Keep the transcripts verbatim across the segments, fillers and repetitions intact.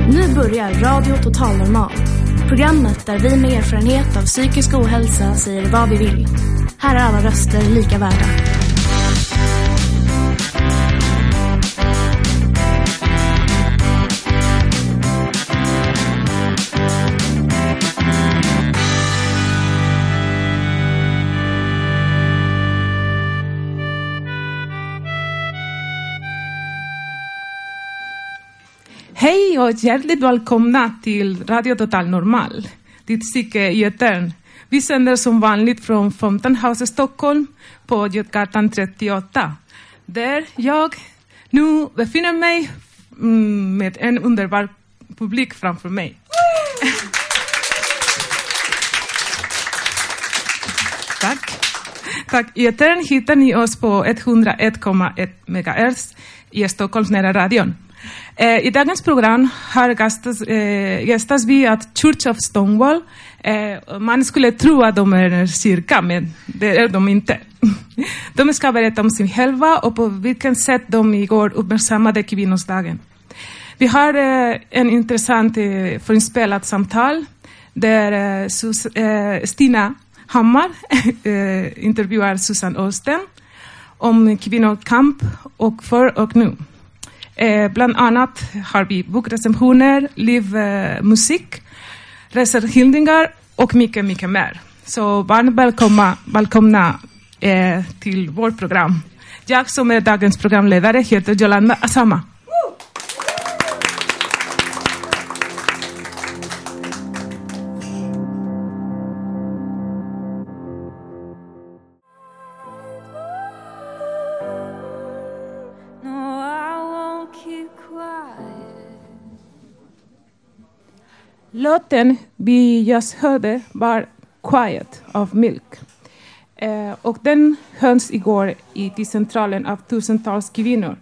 Nu börjar Radio Total Normal. Programmet där vi med erfarenhet av psykisk ohälsa säger vad vi vill. Här är alla röster lika värda. Hej och hjärtligt välkomna till Radio Total Normal, ditt psyke i etern. Vi sänder som vanligt från Fountain House i Stockholm på Götgatan trettioåtta. Där jag nu befinner mig med en underbar publik framför mig. Tack. Tack. I etern hittar ni oss på etthundraett komma ett megahertz i Stockholms nära radion. Eh, I dagens program har gästas, eh, gästas vi att Church of Stonewall. Eh, man skulle tro att de är en kyrka, men det är de inte. De ska berätta om sig själva och på vilken sätt de igår uppmärksammade kvinnosdagen. Vi har eh, en intressant eh, förinspelat samtal där eh, Sus- eh, Stina Hammar eh, intervjuar Susan Osten om kvinnokamp och för och nu. Eh, bland annat har vi bokrecensioner, livmusik, eh, reserhildringar och mycket, mycket mer. Så varmt välkomna, välkomna eh, till vårt program. Jag som är dagens programledare heter Jolanda Asama. Låten vi just hörde var Quiet av Milk. Eh, och den hölls igår i till centralen av tusentals kvinnor.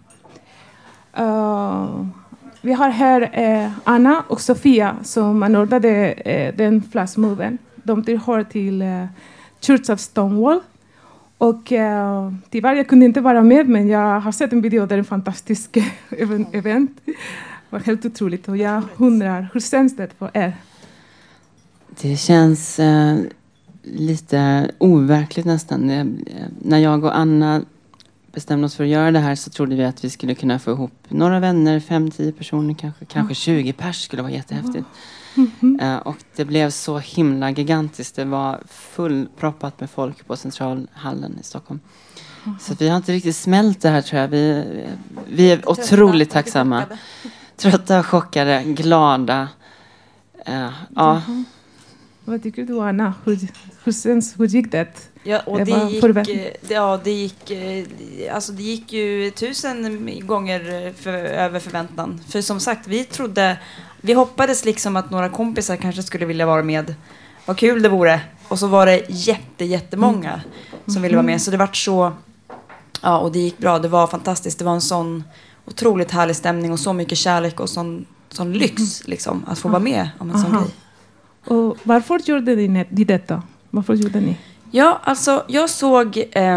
Uh, vi har här eh, Anna och Sofia som anordnade eh, den flashmoven. De tillhör till eh, Church of Stonewall. Och eh, tyvärr jag kunde inte vara med, men jag har sett en video där en fantastisk event. Det var helt otroligt och jag undrar, hur känns det för er? Det känns eh, lite overkligt nästan. Eh, när jag och Anna bestämde oss för att göra det här så trodde vi att vi skulle kunna få ihop några vänner, fem tio personer kanske. Kanske mm. tjugo pers skulle vara jättehäftigt. Mm-hmm. Eh, och det blev så himla gigantiskt. Det var fullproppat med folk på Centralhallen i Stockholm. Mm-hmm. Så vi har inte riktigt smält det här tror jag. Vi, vi är otroligt tacksamma. Trötta, chockade, glada. Uh, ja. Mm-hmm. Vad tycker du, Anna? Hur, hur, hur gick det? Ja, och det gick, det, ja, det gick, alltså det gick ju tusen gånger för, över förväntan. För som sagt, vi trodde, vi hoppades liksom att några kompisar kanske skulle vilja vara med. Vad kul det vore. Och så var det jätte, jättemånga mm. som ville vara med. Så det var så, ja, och det gick bra. Det var fantastiskt. Det var en sån otroligt härlig stämning och så mycket kärlek och sån, sån lyx liksom, att få vara med om en Aha. sån grej. Och varför gjorde ni detta? Varför gjorde ni? Ja, alltså jag såg eh,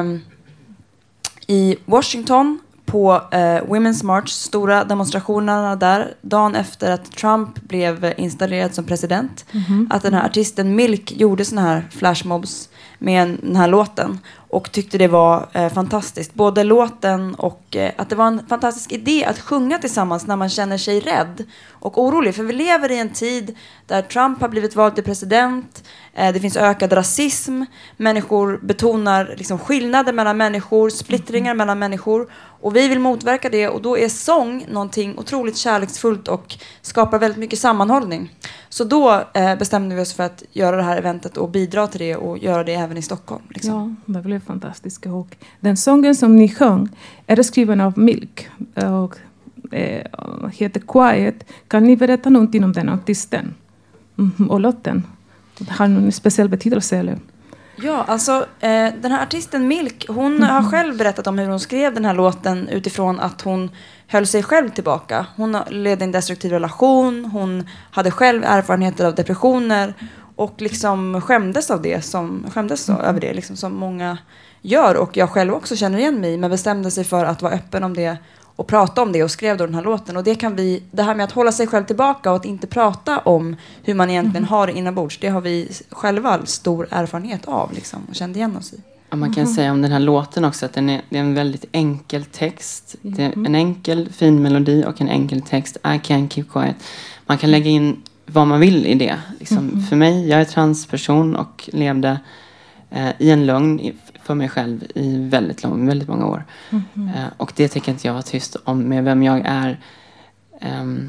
i Washington på eh, Women's March, stora demonstrationerna där, dagen efter att Trump blev installerad som president, mm-hmm. att den här artisten Milk gjorde såna här flashmobs med den här låten och tyckte det var eh, fantastiskt. Både låten och eh, att det var en fantastisk idé att sjunga tillsammans när man känner sig rädd och orolig. För vi lever i en tid där Trump har blivit vald till president. Eh, det finns ökad rasism. Människor betonar liksom skillnader mellan människor, splittringar mm. mellan människor. Och vi vill motverka det och då är sång någonting otroligt kärleksfullt och skapar väldigt mycket sammanhållning. Så då eh, bestämde vi oss för att göra det här eventet och bidra till det och göra det även i Stockholm. Liksom. Ja, det blev fantastiskt. Och den sången som ni sjöng är skriven av Milk och eh, heter Quiet. Kan ni berätta någonting om den artisten mm, och låten? Har någon speciell betydelse eller? Ja, alltså eh, den här artisten Milk, hon mm. har själv berättat om hur hon skrev den här låten utifrån att hon höll sig själv tillbaka. Hon ledde en destruktiv relation, hon hade själv erfarenheter av depressioner och liksom skämdes av det som skämdes mm. över det liksom som många gör och jag själv också känner igen mig, men bestämde sig för att vara öppen om det och pratade om det och skrev då den här låten. Och det kan vi, det här med att hålla sig själv tillbaka och att inte prata om hur man egentligen mm. har det inombords, det har vi själva stor erfarenhet av liksom, och kände igen oss i. Ja, man kan mm. säga om den här låten också att den är, det är en väldigt enkel text. Det är en enkel, fin melodi och en enkel text. I can't keep quiet. Man kan lägga in vad man vill i det. Liksom, mm. För mig, jag är transperson och levde eh, i en lögn i, för mig själv i väldigt, lång, väldigt många år. Mm. Eh, och det tänker inte jag vara tyst om med vem jag är. Um,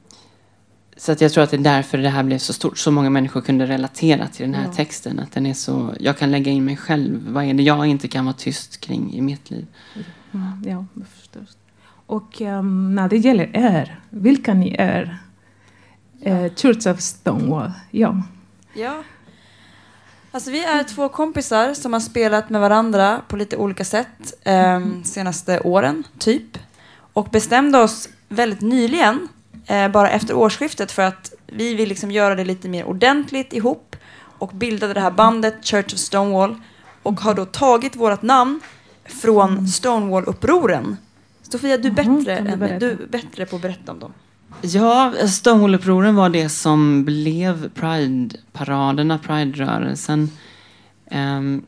så att jag tror att det är därför det här blev så stort. Så många människor kunde relatera till den här ja. texten. Att den är så, jag kan lägga in mig själv. Vad är det jag inte kan vara tyst kring i mitt liv? Mm, ja, jag förstår. Och um, när det gäller er, vilka ni är? Uh, Church of Stonewall, ja. Ja. Alltså vi är två kompisar som har spelat med varandra på lite olika sätt um, senaste åren, typ. Och bestämde oss väldigt nyligen, eh, bara efter årsskiftet, för att vi vill liksom göra det lite mer ordentligt ihop. Och bildade det här bandet Church of Stonewall. Och har då tagit vårt namn från Stonewall-upproren. Sofia, du är bättre, mm, än, du är bättre på att berätta om dem. Ja, Stonewall-upproren var det som blev Pride-paraderna, Pride-rörelsen. Um,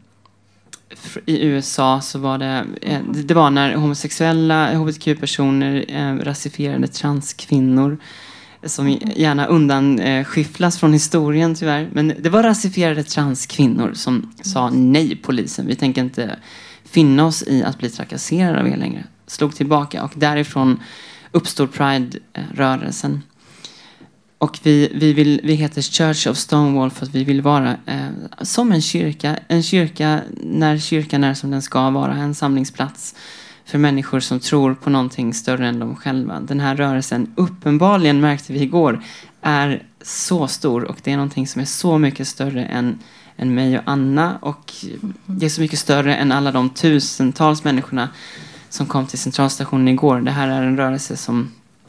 I U S A så var det, eh, det var när homosexuella, H B T Q-personer, eh, rasifierade transkvinnor som gärna undan eh, skifflas från historien tyvärr. Men det var rasifierade transkvinnor som sa nej, polisen. Vi tänker inte finna oss i att bli trakasserade av er längre. Slog tillbaka och därifrån uppstod Pride-rörelsen. Och vi, vi, vill, vi heter Church of Stonewall för att vi vill vara eh, som en kyrka. En kyrka när kyrkan är som den ska vara. En samlingsplats för människor som tror på någonting större än de själva. Den här rörelsen, uppenbarligen märkte vi igår, är så stor. Och det är någonting som är så mycket större än, än mig och Anna. Och det är så mycket större än alla de tusentals människorna som kom till centralstationen igår. Det här är en rörelse som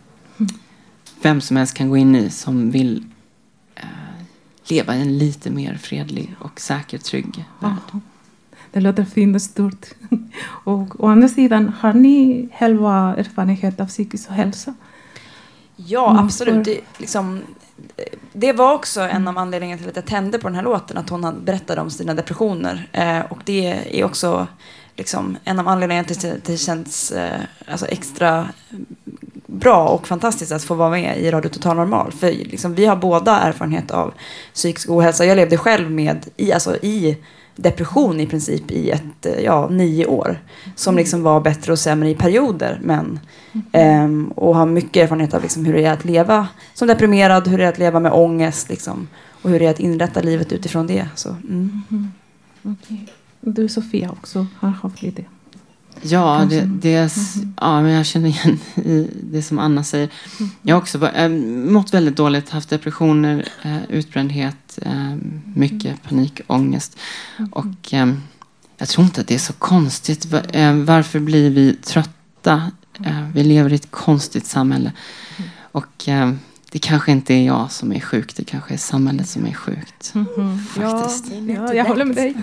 vem som helst kan gå in i som vill eh, leva i en lite mer fredlig och säker, trygg värld. Ja, det låter fint och stort. Och å andra sidan, har ni själva erfarenhet av psykisk hälsa? Ja, mm, absolut. Det, liksom, det var också en av anledningarna till att jag tände på den här låten, att hon berättade om sina depressioner. Eh, och det är också liksom, en av anledningarna till att det känns eh, alltså extra bra och fantastiskt att få vara med i Radio Total Normal. För liksom, vi har båda erfarenhet av psykisk ohälsa. Jag levde själv med i, alltså, i depression i princip i ett, ja, nio år. Som liksom var bättre och sämre i perioder. Men, mm. eh, och har mycket erfarenhet av liksom, hur det är att leva som deprimerad, hur det är att leva med ångest. Liksom, och hur det är att inrätta livet utifrån det. Så, mm. Mm. Okay. Du, Sofia, också har haft lite. Ja, det, det är, ja, men jag känner igen i det som Anna säger. Jag har också äh, mått väldigt dåligt, haft depressioner, äh, utbrändhet, äh, mycket panik, ångest. Och äh, jag tror inte att det är så konstigt. Var, äh, varför blir vi trötta? Äh, vi lever i ett konstigt samhälle. Och äh, det kanske inte är jag som är sjuk, det kanske är samhället som är sjukt. Mm-hmm. Faktiskt. Ja, ja, jag håller med dig.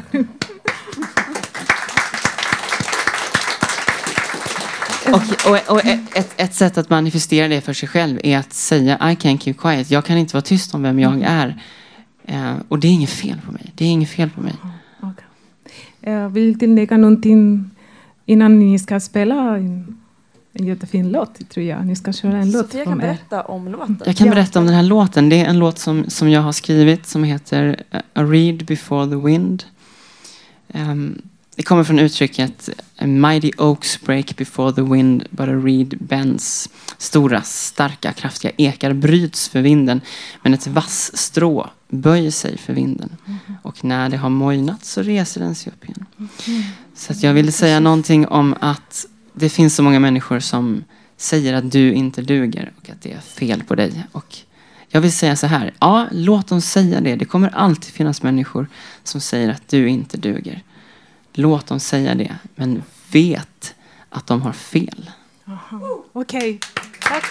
Och, och, och ett, ett sätt att manifestera det för sig själv är att säga I can't keep quiet. Jag kan inte vara tyst om vem jag är. Uh, och det är inget fel på mig. Det är inget fel på mig. Okay. Uh, vill tillägga någonting innan ni ska spela en, en jättefin låt, tror jag. Ni ska köra en låt. Sofia kan berätta om låten. Jag kan berätta om den här låten. Det är en låt som, som jag har skrivit som heter A Reed Before the Wind. Um, Det kommer från uttrycket A mighty oaks break before the wind, but a reed bends. Stora, starka, kraftiga ekar bryts för vinden, men ett vass strå böjer sig för vinden. Och när det har mojnat så reser den sig upp igen. Så att jag ville säga någonting om att det finns så många människor som säger att du inte duger och att det är fel på dig. Och jag vill säga så här, ja, låt dem säga det. Det kommer alltid finnas människor som säger att du inte duger. Låt dem säga det, men vet att de har fel. Okej, okay. Tack.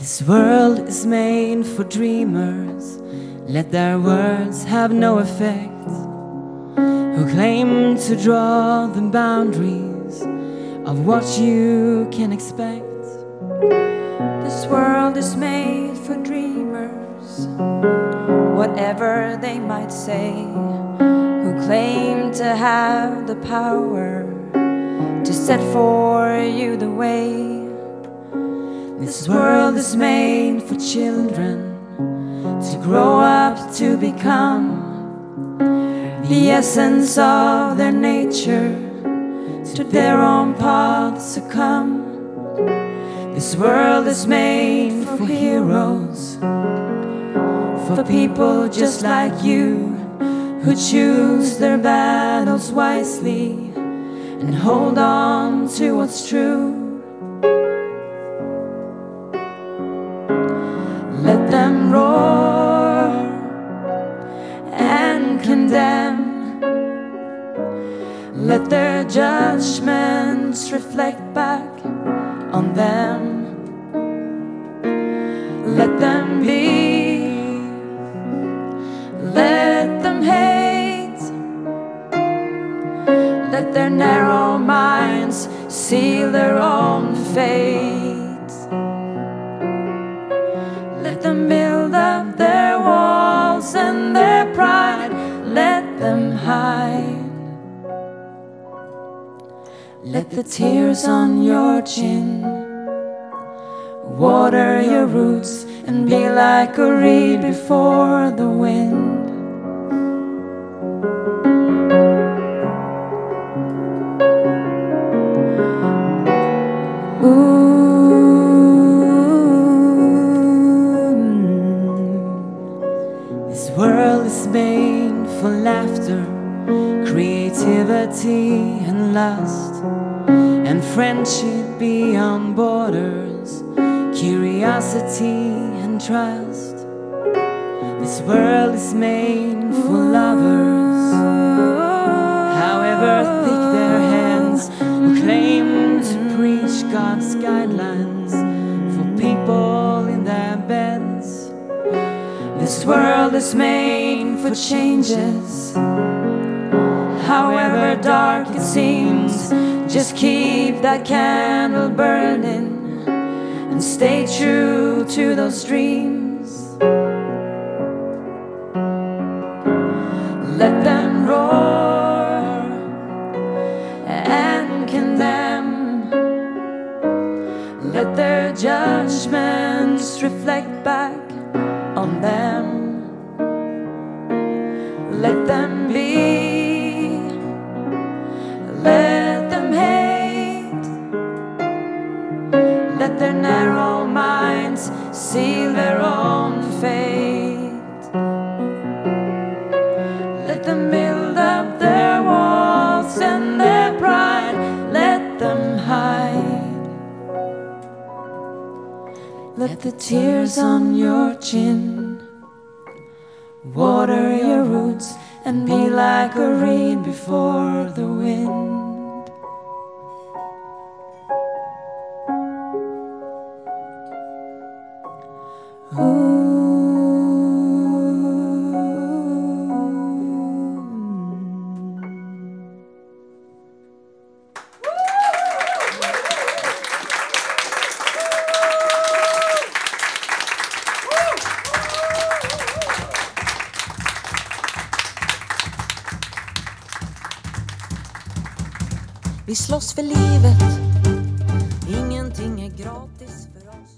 This world is made for dreamers. Let their words have no effect. Who claim to draw the boundaries of what you can expect. This world is made for dreamers, whatever they might say, who claim to have the power to set for you the way. This world is made for children to grow up to become the essence of their nature, to their own path succumb. This world is made for heroes, for people just like you, who choose their battles wisely and hold on to what's true. Let them roar and condemn. Let their judgments reflect back on them. Let them be, let them hate. Let their narrow minds seal their own fate. Let them build up their walls and their pride. Let them hide. Let the tears on your chin water your roots and be like a reed before the wind. Ooh, this world is made for laughter, creativity and lust, and friendship beyond borders, curiosity and trust. This world is made for lovers, however thick their hands, who claim to preach God's guidelines for people in their beds. This world is made for changes, however dark it seems. Just keep that candle burning and stay true to those dreams. Let them roar and condemn. Let their judgments reflect back on them. Let them be, let them hate. Let their narrow minds seal their own fate. Let them build up their walls and their pride. Let them hide. Let the tears on your chin water your roots and be like a reed before the wind. Vi slåss för livet, ingenting är gratis för oss.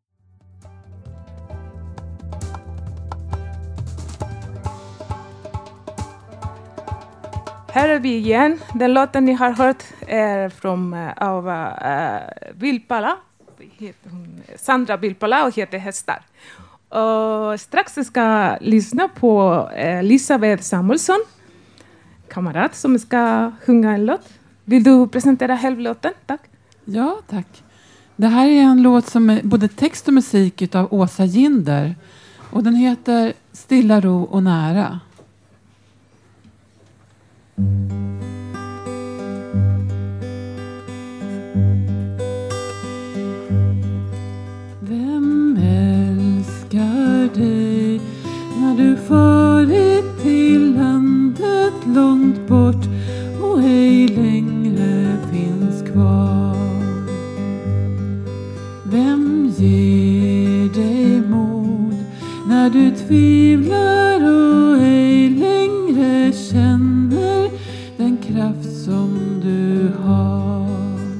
Här är vi igen. Den låten ni har hört är från uh, av uh, Vilpala. Sandra Vilpala och heter Hästar. Och strax ska jag lyssna på uh, Elisabeth Samuelsson, kamrat, som ska sjunga en låt. Vill du presentera själv låten? Tack. Ja, tack. Det här är en låt som är både text och musik utav Åsa Ginder. Och den heter Stilla ro och nära. Vem tvivlar och ej längre känner den kraft som du har.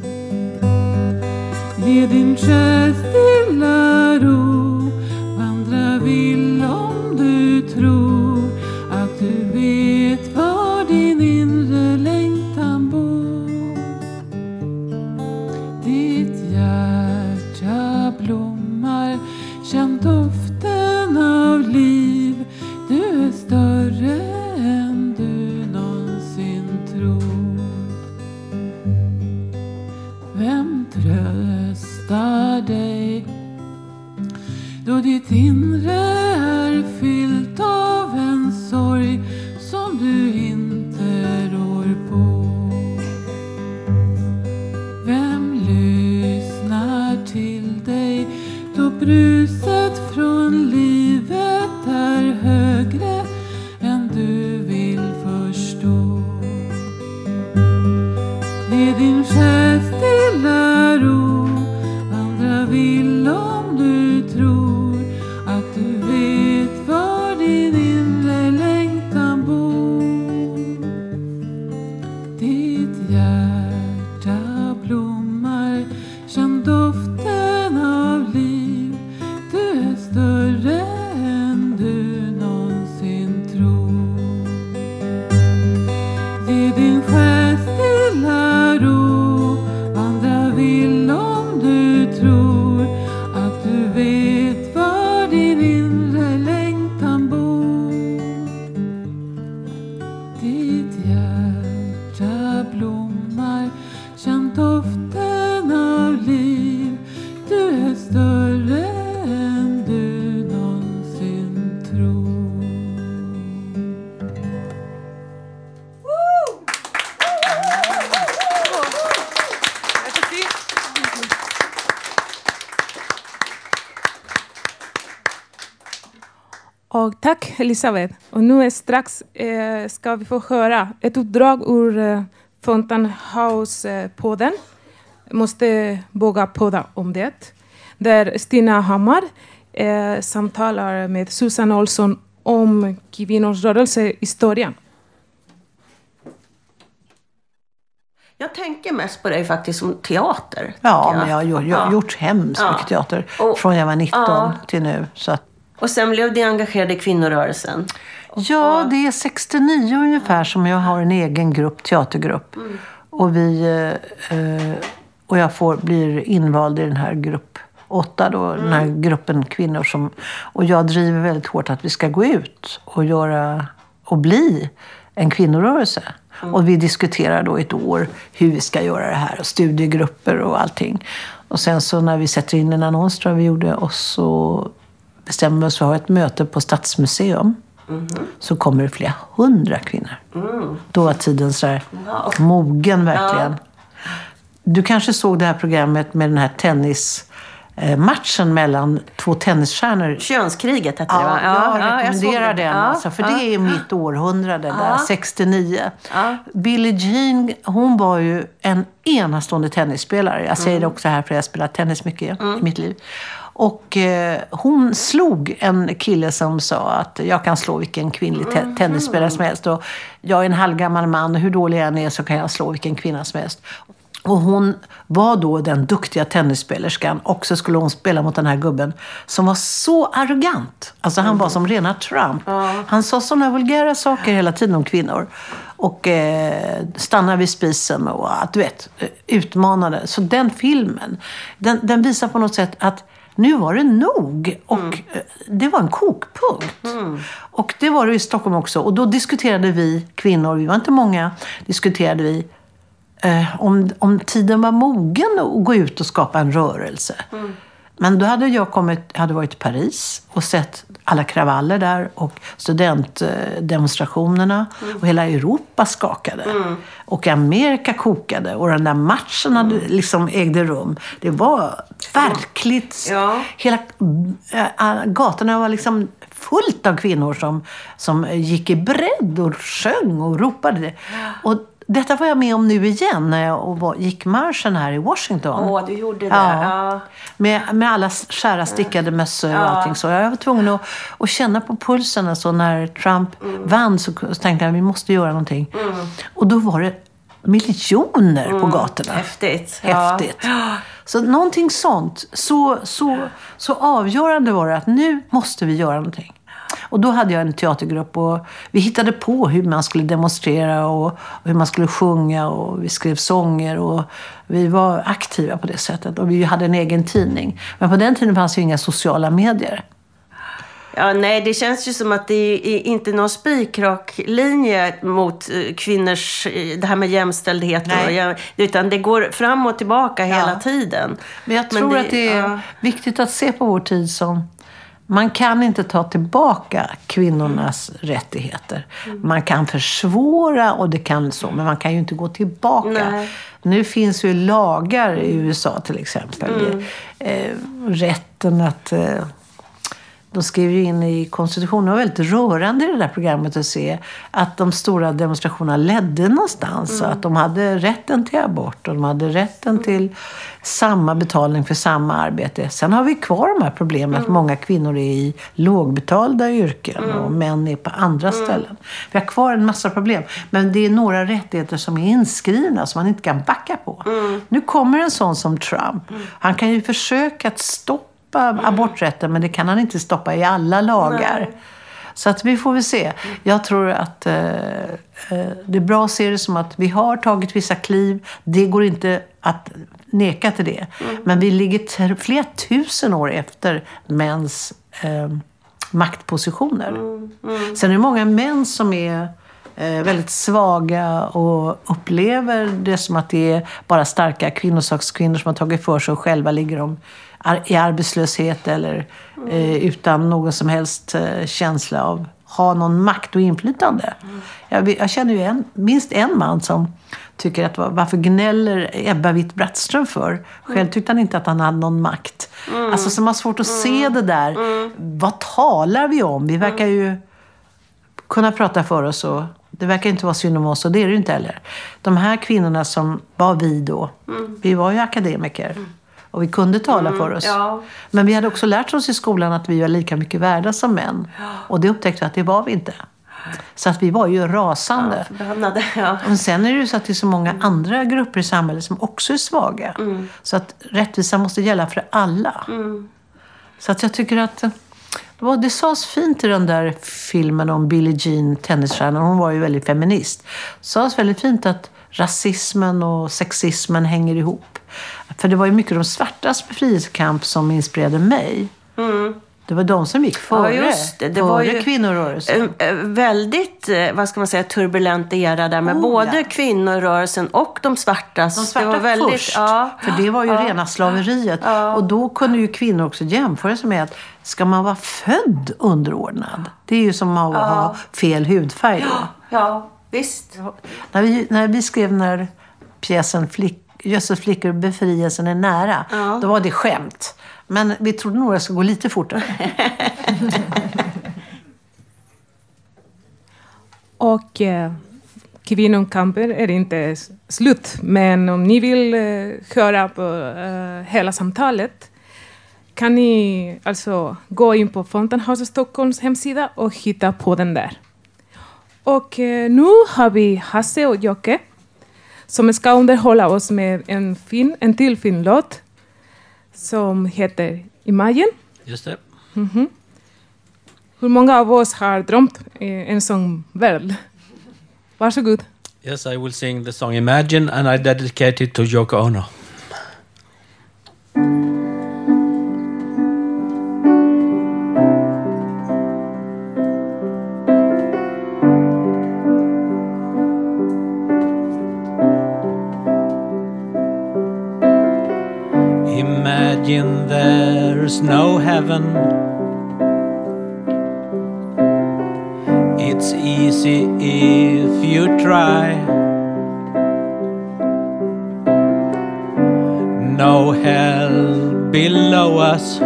Ge din själ stilla ro, vandra vill om du tror att du vet var din inre längtan bor. Ditt hjärta blommar, känn doften av liv. Du är större än du någonsin tror. Vem tröstar dig då ditt inre är fyllt av en sorg som du inte rår på? Vem lyssnar till dig då bruset från livet är högre än du vill förstå? Ge din själ stilla ro, vandra vill om du tror att du vet var din inre längtan bor. Ditt hjärta blommar, känn doften av liv. Du är större än du någonsin tror. Ge din själ stilla ro, vandra vill om du tror att du vet var din inre längtan bor. Ditt hjärta blommar, känn doften av liv. Du är större än du någonsin tror. Och tack Elisabeth. Och nu är strax eh, ska vi få höra ett utdrag ur eh, Fountain House-podden. Måste våga podda om det. Där Stina Hammar eh, samtalar med Susan Olsson om kvinnors rörelsehistoria. Jag tänker mest på dig faktiskt som teater. Ja, jag. men jag har gjort, ja. gjort hemskt ja. mycket teater. Och, från jag var nitton ja. till nu. Så att, och sen blev du engagerad i kvinnorörelsen. ja, det är sextionio ungefär som jag har en egen grupp, teatergrupp. Mm. Och, vi, eh, och jag får, blir invald i den här grupp åtta då, mm. den här gruppen kvinnor som... Och jag driver väldigt hårt att vi ska gå ut och göra och bli en kvinnorörelse. Mm. Och vi diskuterar då ett år hur vi ska göra det här och studiegrupper och allting. Och sen så när vi sätter in en annons tror jag vi gjorde och så bestämmer vi oss för att ha ett möte på Stadsmuseum. Mm. Så kommer det flera hundra kvinnor. Mm. Då var tiden så här wow. mogen verkligen. Ja. Du kanske såg det här programmet med den här tennismatchen mellan två tennisstjärnor. Könskriget heter ja, det va? Ja, jag ja, rekommenderar jag den. ja, Alltså, för ja, det är mitt århundrade, ja. där, sextionio. Ja. Billie Jean, hon var ju en enastående tennisspelare. Jag säger mm. det också här för jag har spelat tennis mycket mm. i mitt liv. Och eh, hon slog en kille som sa att jag kan slå vilken kvinnlig te- tennisspelare som helst. Och jag är en halvgammal man, hur dålig jag än är så kan jag slå vilken kvinna som helst. Och hon var då den duktiga tennissspelerskan. Och så skulle hon spela mot den här gubben som var så arrogant. Alltså han mm. var som rena Trump. Mm. Han sa sådana vulgära saker hela tiden om kvinnor. Och eh, stannar vid spisen och att du vet, utmanade. Så den filmen, den, den visar på något sätt att nu var det nog. Och mm. det var en kokpunkt. Mm. Och det var det i Stockholm också. Och då diskuterade vi kvinnor, vi var inte många, diskuterade vi eh, om, om tiden var mogen att gå ut och skapa en rörelse. Mm. Men då hade jag kommit, hade varit i Paris och sett alla kravaller där och studentdemonstrationerna mm. och hela Europa skakade. Mm. Och Amerika kokade och den där matchen hade mm. liksom ägde rum. Det var verkligt, ja. hela äh, gatorna var liksom fullt av kvinnor som, som gick i bredd och sjöng och ropade. Ja. Och detta var jag med om nu igen när jag var, gick marschen här i Washington. Åh, du gjorde det. Ja. Ja. Med, med alla skära stickade mössor och allting så. Jag var tvungen att, att känna på pulsen. Alltså när Trump mm. vann så, så tänkte jag att vi måste göra någonting. Mm. Och då var det miljoner mm. på gatorna. Häftigt. Häftigt. Ja. Så någonting sånt. Så, så, så avgörande var det att nu måste vi göra någonting. Och då hade jag en teatergrupp och vi hittade på hur man skulle demonstrera och, och hur man skulle sjunga och vi skrev sånger och vi var aktiva på det sättet. Och vi hade en egen tidning. Men på den tiden fanns ju inga sociala medier. Ja, nej, det känns ju som att det är inte någon spikrak linje mot kvinnors, det här med jämställdhet. Och, utan det går fram och tillbaka hela ja. tiden. Men jag tror Men det, att det är ja. viktigt att se på vår tid som man kan inte ta tillbaka kvinnornas mm. rättigheter. Mm. Man kan försvåra och det kan så, men man kan ju inte gå tillbaka. Nej. Nu finns ju lagar i U S A till exempel. Mm. Eh, rätten att... Eh, de skrev ju in i konstitutionen. Det var väldigt rörande i det där programmet att se att de stora demonstrationerna ledde någonstans. Mm. Så att de hade rätten till abort och de hade rätten mm. till samma betalning för samma arbete. Sen har vi kvar de här problemen mm. att många kvinnor är i lågbetalda yrken mm. och män är på andra mm. ställen. Vi har kvar en massa problem. Men det är några rättigheter som är inskrivna som man inte kan backa på. Mm. Nu kommer en sån som Trump. Mm. Han kan ju försöka att stoppa Mm. aborträtten, men det kan han inte stoppa i alla lagar. Nej. Så att vi får väl se. Jag tror att eh, det är bra att se det som att vi har tagit vissa kliv. Det går inte att neka till det. Mm. Men vi ligger t- flera tusen år efter mäns eh, maktpositioner. Mm. Mm. Sen är det många män som är eh, väldigt svaga och upplever det som att det är bara starka kvinnosakskvinnor som har tagit för sig och själva ligger de i arbetslöshet eller mm. eh, utan någon som helst eh, känsla av ha någon makt och inflytande. Mm. Jag, jag känner ju en, minst en man som tycker att varför gnäller Ebba Witt-Brattström för? Själv tyckte han inte att han hade någon makt. Mm. Alltså som har svårt att mm. se det där. Mm. Vad talar vi om? Vi verkar ju kunna prata för oss och det verkar inte vara synd om oss och det är det inte heller. De här kvinnorna som var vi då, mm. vi var ju akademiker. Mm. Och vi kunde tala mm, för oss. Ja. Men vi hade också lärt oss i skolan att vi var lika mycket värda som män. Ja. Och det upptäckte vi att det var vi inte. Så att vi var ju rasande. Ja, ja. Och sen är det ju så att det är så många mm. andra grupper i samhället som också är svaga. Mm. Så att rättvisa måste gälla för alla. Mm. Så att jag tycker att det, var, det sades fint i den där filmen om Billie Jean, tennisstjärnan. Hon var ju väldigt feminist. Det sades väldigt fint att rasismen och sexismen hänger ihop. För det var ju mycket de svartas befrielsekamp som inspirerade mig. Mm. Det var de som gick före, ja, just det. Det före var ju kvinnorörelsen. Väldigt, vad ska man säga, turbulent era där med oh, både ja. kvinnorörelsen och de svarta. De svarta det var väldigt, först, ja. för det var ju ja. rena slaveriet. Ja. Och då kunde ju kvinnor också jämföra sig med att ska man vara född underordnad? Det är ju som att ja. ha fel hudfärg då. Ja, ja. Visst. Ja. När, vi, när vi skrev när pjäsen Flick, Jösses flickor befrielsen är nära, ja. då var det skämt. Men vi trodde nog att det skulle gå lite fortare. Och eh, kvinnokampen är inte slut. Men om ni vill eh, höra på eh, hela samtalet kan ni alltså gå in på Fountain House Stockholms hemsida och hitta på den där. Och eh, nu har vi Hasse och Jocke som ska underhålla oss med en, fin, en till fin låt som heter Imagine. Just det. Mm-hmm. Hur många av oss har drömt en sån värld? Varsågod. Yes, I will sing the song Imagine and I dedicate it to Yoko Ono. Imagine there's no heaven. It's easy if you try. No hell below us.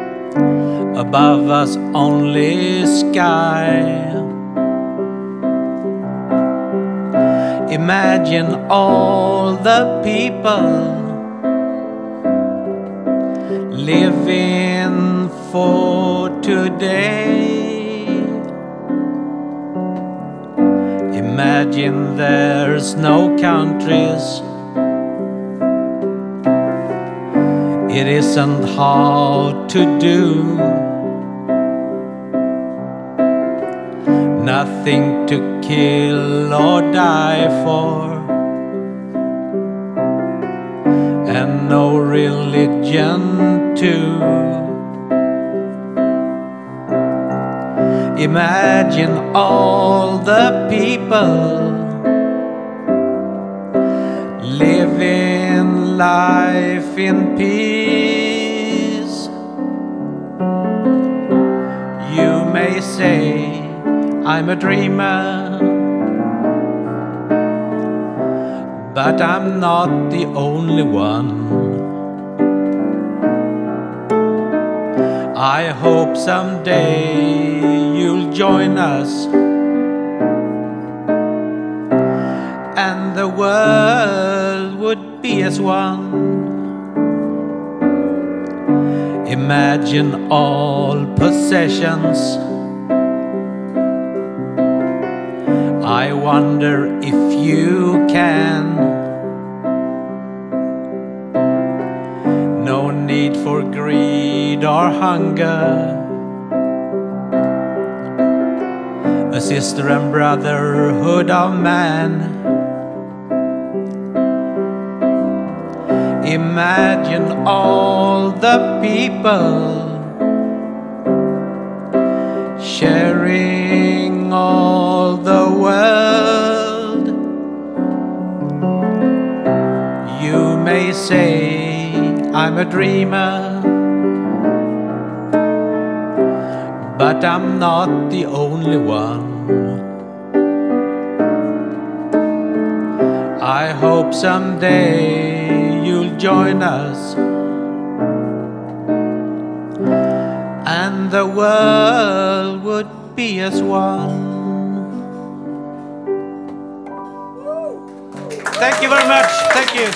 Above us only sky. Imagine all the people living for today. Imagine there's no countries. It isn't hard to do. Nothing to kill or die for, and no religion too. Imagine all the people living life in peace. You may say I'm a dreamer, but I'm not the only one. I hope someday you'll join us, and the world would be as one. Imagine all possessions. I wonder if you can. No need for greed or hunger. A sister and brotherhood of man. Imagine all the people sharing all the world. You may say I'm a dreamer, but I'm not the only one. I hope someday you'll join us, and the world would be as one. Thank you very much. Thank you.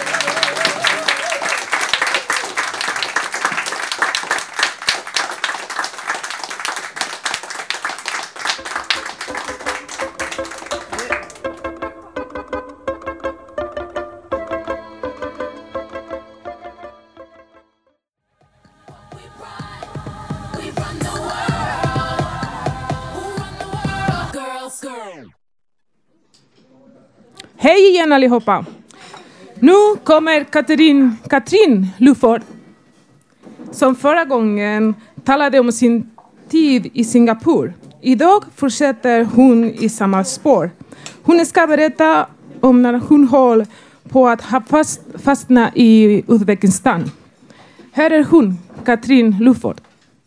Hej igen allihopa! Nu kommer Katrin, Katrin Luford, som förra gången talade om sin tid i Singapore. Idag fortsätter hon i samma spår. Hon ska berätta om när hon håller på att ha fast, fastna i Uzbekistan. Här är hon, Katrin Luford.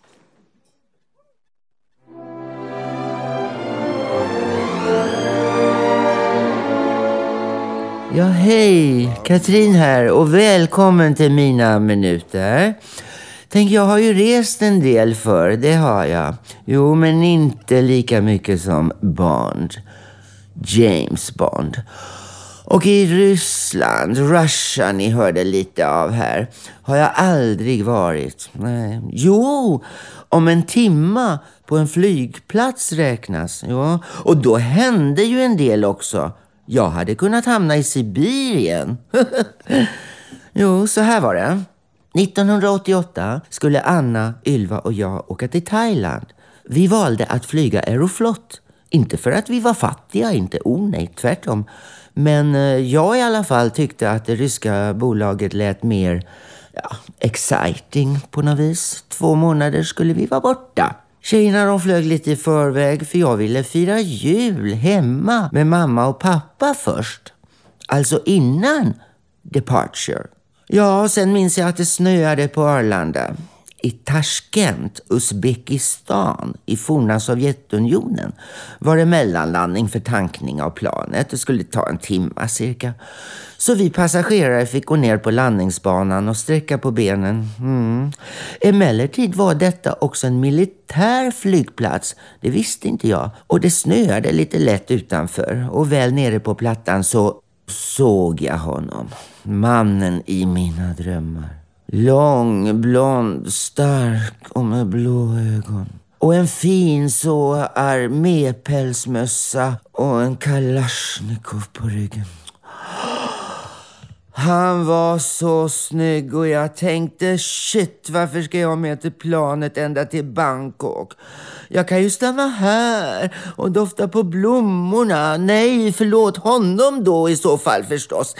Ja, hej! Katrin här och välkommen till mina minuter. Tänk, jag har ju rest en del för, det har jag. Jo, men inte lika mycket som Bond. James Bond. Och i Ryssland, Russia, ni hörde lite av här, har jag aldrig varit. Nej. Jo, om en timma på en flygplats räknas. Ja. Och då hände ju en del också. Jag hade kunnat hamna i Sibirien. Jo, så här var det. nittonhundraåttioåtta skulle Anna, Ylva och jag åka till Thailand. Vi valde att flyga Aeroflot. Inte för att vi var fattiga, inte oh nej, tvärtom. Men jag i alla fall tyckte att det ryska bolaget lät mer ja, exciting på något vis. Två månader skulle vi vara borta. Tjejerna de flög lite i förväg för jag ville fira jul hemma med mamma och pappa först. Alltså innan departure. Ja, sen minns jag att det snöade på Arlanda. I Tashkent, Uzbekistan, i forna Sovjetunionen, var det mellanlandning för tankning av planet. Det skulle ta en timma cirka. Så vi passagerare fick gå ner på landningsbanan och sträcka på benen. Mm. Emellertid var detta också en militär flygplats. Det visste inte jag. Och det snöade lite lätt utanför. Och väl nere på plattan så såg jag honom. Mannen i mina drömmar. Lång, blond, stark och med blå ögon. Och en fin så armépälsmössa och en kalasjnikov på ryggen. Han var så snygg och jag tänkte, shit, varför ska jag med till planet ända till Bangkok? Jag kan ju stanna här och dofta på blommorna. Nej, förlåt honom då i så fall förstås.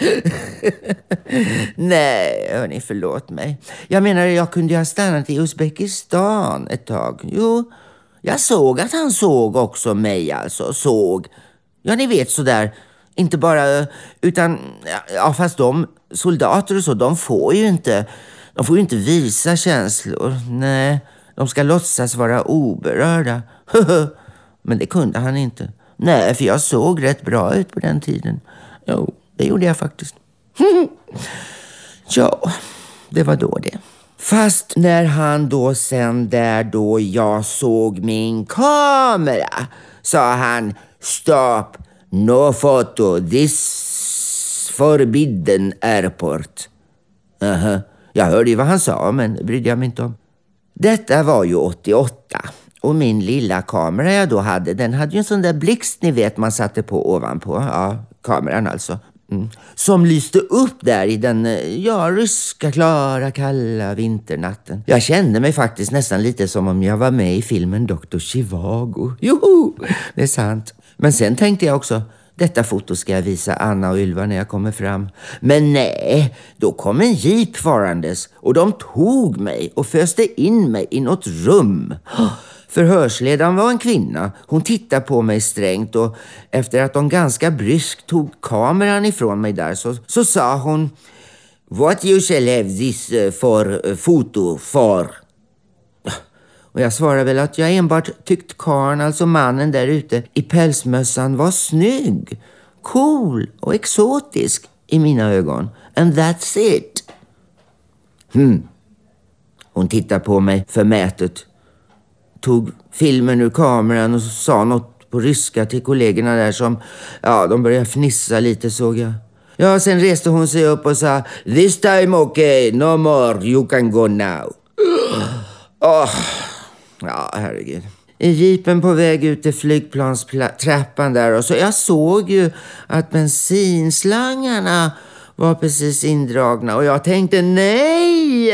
Nej, hörni, förlåt mig. Jag menar, jag kunde ju ha stannat i Uzbekistan ett tag. Jo, jag såg att han såg också mig alltså, såg. Ja, ni vet sådär. Inte bara, utan, ja fast de soldater och så, de får ju inte, de får ju inte visa känslor. Nej, de ska låtsas vara oberörda. Men det kunde han inte. Nej, för jag såg rätt bra ut på den tiden. Jo, det gjorde jag faktiskt. Ja, det var då det. Fast när han då sen där då jag såg min kamera, sa han, stop. No photo, this forbidden airport. Uh-huh. Jag hörde ju vad han sa, men det brydde jag mig inte om. Detta var ju åttioåtta. Och min lilla kamera jag då hade, den hade ju en sån där blixt ni vet man satte på ovanpå. Ja, kameran alltså. Mm. Som lyste upp där i den, ja, ryska, klara, kalla vinternatten. Jag kände mig faktiskt nästan lite som om jag var med i filmen doktor Zhivago. Joho, det är sant. Men sen tänkte jag också, detta foto ska jag visa Anna och Ylva när jag kommer fram. Men nej, då kom en jeep farandes och de tog mig och föste in mig i något rum. Förhörsledaren var en kvinna. Hon tittade på mig strängt och efter att de ganska bryskt tog kameran ifrån mig där så, så sa hon, what you shall have this for uh, photo for? Och jag svarade väl att jag enbart tyckt karn, alltså mannen där ute i pälsmössan, var snygg, cool och exotisk i mina ögon. And that's it. Hmm. Hon tittade på mig förmätet. Tog filmen ur kameran och sa något på ryska till kollegorna där som, ja, de började fnissa lite såg jag. Ja, sen reste hon sig upp och sa, this time okay, no more, you can go now. Åh, oh. Ja, herregud. I jeepen på väg ut till flygplanstrappan där och så jag såg ju att bensinslangarna var precis indragna och jag tänkte nej.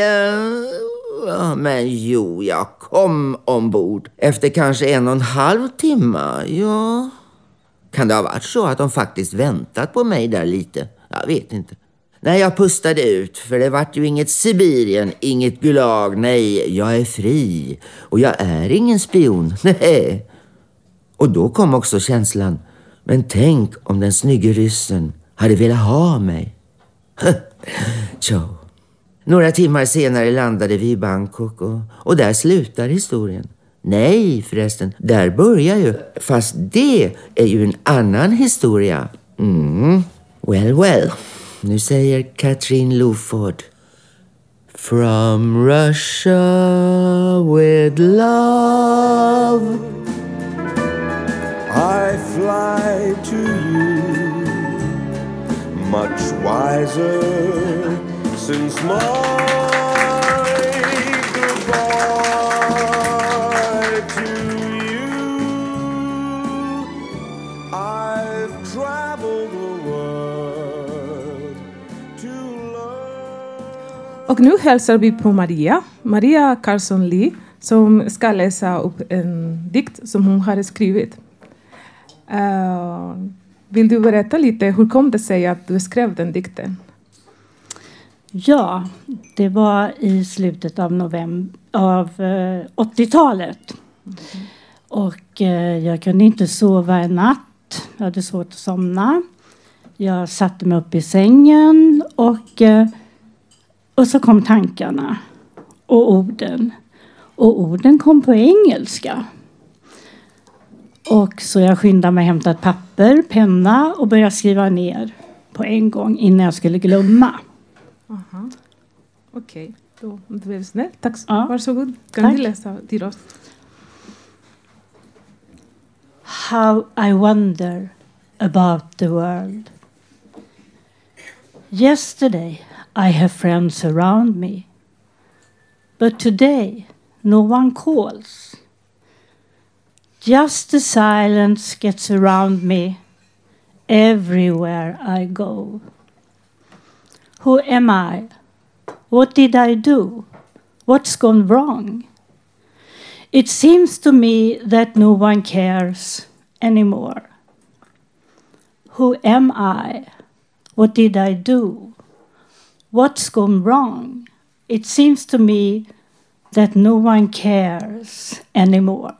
Men jo, jag kom ombord efter kanske en och en halv timme. Ja, kan det ha varit så att de faktiskt väntat på mig där lite? Jag vet inte. Nej, jag pustade ut för det vart ju inget Sibirien, inget Gulag. Nej, jag är fri och jag är ingen spion. Nej. Och då kom också känslan. Men tänk om den snygga ryssen hade velat ha mig. Tjo. Några timmar senare landade vi i Bangkok och, och där slutar historien. Nej förresten, där börjar ju. Fast det är ju en annan historia. Mm. Well, well. Nu säger Katrin Loford. From Russia with love I fly to you, much wiser since my goodbye to you. I've traveled the world to learn. Och nu hälsar vi på Maria, Maria Carlson Lee, som ska läsa upp en dikt som hon har skrivit. Uh, vill du berätta lite, hur kom det sig att du skrev den dikten? Ja, det var i slutet av november av eh, åttiotalet. Mm. Och eh, jag kunde inte sova en natt. Jag hade svårt att somna. Jag satte mig upp i sängen och, eh, och så kom tankarna och orden. Och orden kom på engelska. Och så jag skyndade mig hämta ett papper, penna och började skriva ner på en gång innan jag skulle glömma. Aha. Okej, okay. Då du är snäll. Tack. Ja. Varsågod. Kan Tack. du läsa till oss? How I wonder about the world. Yesterday I have friends around me, but today no one calls. Just the silence gets around me everywhere I go. Who am I? What did I do? What's gone wrong? It seems to me that no one cares anymore. Who am I? What did I do? What's gone wrong? It seems to me that no one cares anymore.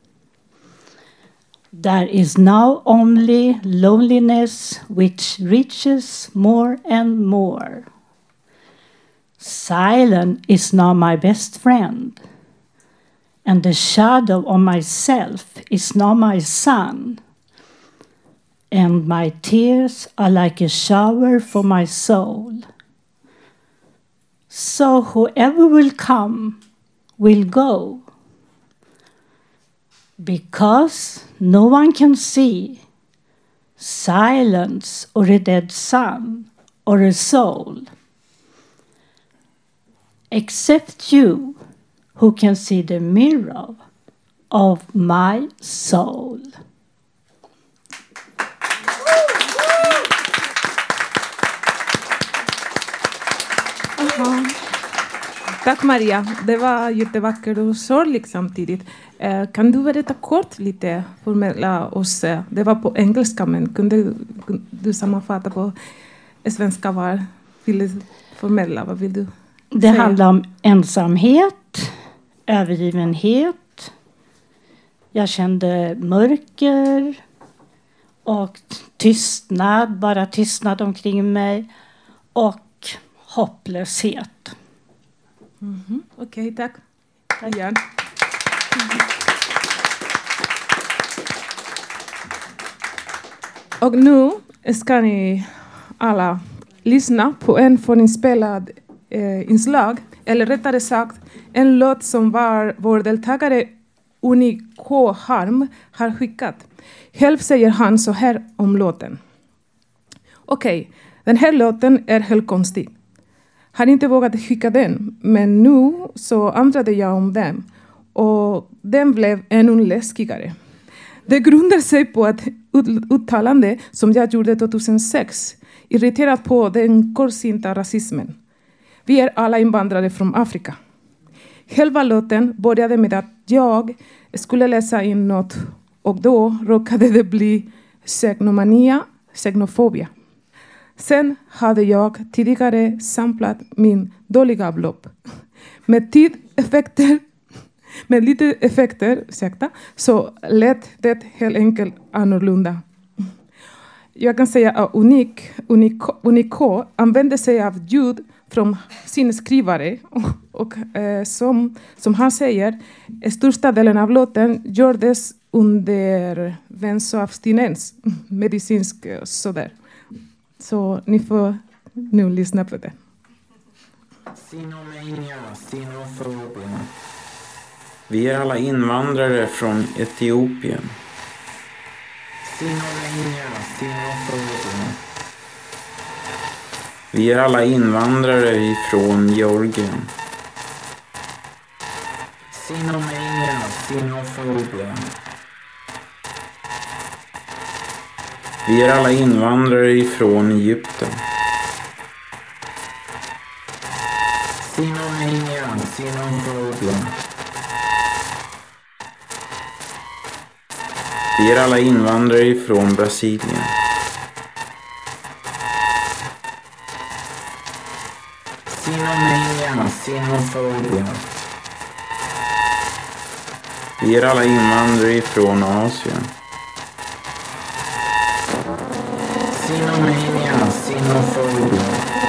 There is now only loneliness which reaches more and more. Silence is now my best friend, and the shadow of myself is now my sun. And my tears are like a shower for my soul. So whoever will come will go, because no one can see silence or a dead sun or a soul, except you who can see the mirror of my soul. Aha. Tack Maria, det var jättevackert och sorgligt samtidigt. Eh, kan du berätta kort lite formella oss? Det var på engelska, men kunde du sammanfatta på svenska vad vill formella? Vad vill du Det säga? handlar om ensamhet, övergivenhet. Jag kände mörker och tystnad, bara tystnad omkring mig. Och hopplöshet. Mm-hmm. Okej, okay, tack. Tack. Igen. Och nu ska ni alla lyssna på en förinspelad eh, inslag, eller rättare sagt en låt som var vår deltagare Uni K. Harm har skickat. Själv säger han så här om låten. Okej, okay, den här låten är helt konstig. Har inte vågat skicka den, men nu så ändrade jag om den och den blev ännu läskigare. Det grundar sig på ett uttalande som jag gjorde tjugohundrasex, irriterat på den kortsynta rasismen. Vi är alla invandrare från Afrika. Själva låten började med att jag skulle läsa in något och då råkade det bli xenomania, xenofobia. Sen hade jag tidigare samplat min dåliga avlopp. Med tideffekter, med lite effekter, ursäkta, så lät det helt enkelt annorlunda. Jag kan säga att Unik, Unik, Unik använde sig av ljud från sin skrivare och, och eh, som, som han säger, största delen av låten gjordes under benzoabstinens, medicinsk sådär. Så ni får nu lyssna på det. Sinomania, sinofobia. Vi är alla invandrare från Etiopien. Sinomania, sinofobia. Vi är alla invandrare ifrån Georgien. Sinomania, sinofobia. Vi är alla invandrare ifrån Egypten. Sinomania, sinofobia. Vi är alla invandrare ifrån Brasilien. Sinomania, sinofobia. Vi är alla invandrare ifrån Asien. Sinomania, sinofobia.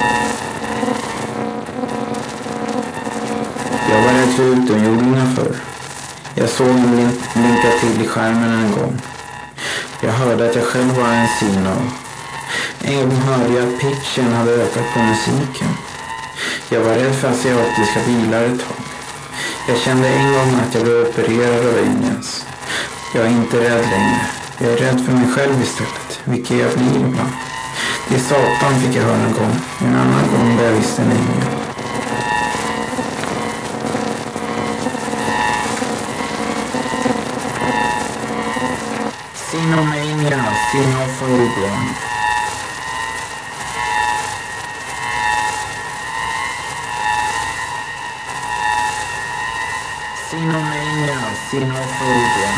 Jag var rädd för utomjordingar förr. Jag såg en blinka till i skärmen en gång. Jag hörde att jag själv var en sino. En gång hörde jag att pitchen hade ökat på musiken. Jag var rädd för asiatiska bilar ett tag. Jag kände en gång att jag blev opererad av aliens. Jag är inte rädd längre. Jag är rädd för mig själv istället, vilket jag blir ibland. Det satan fick jag höra en gång. En annan gång där jag visste en ängel. Sinomania, sinofobia. Sinomania, sinofobia.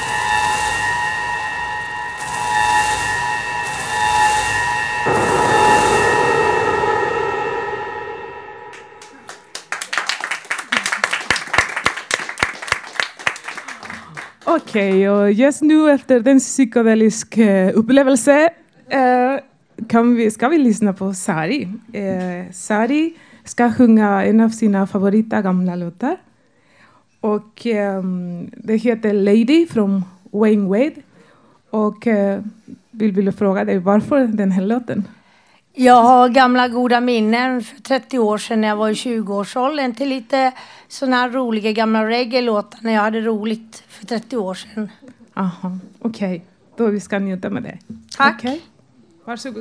Okej, okay, och just nu efter den psykedelisk uh, upplevelse uh, kan vi, ska vi lyssna på Sari. Uh, Sari ska sjunga en av sina favorita gamla låtar. Och um, det heter Lady från Wayne Wade. Och uh, vill vilja fråga dig varför den här låten? Jag har gamla goda minnen för trettio år sedan när jag var i tjugo-årsåldern till lite sådana här roliga gamla reggae-låtar när jag hade roligt för trettio år sedan. Aha, okej. Okay. Då vi ska njuta med det. Tack. Okay. Varsågod.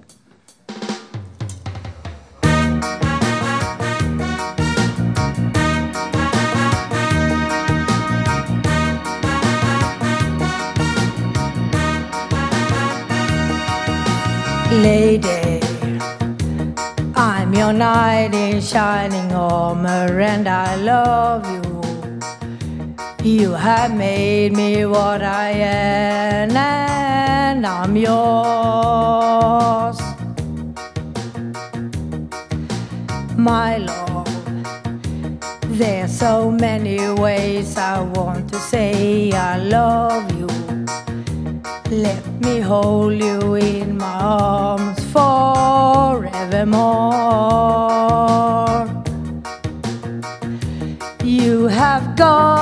Lady, I'm your knight in shining armor and I love you. You have made me what I am and I'm yours. My love, there's so many ways I want to say I love you. Let me hold you in my arms forevermore. You have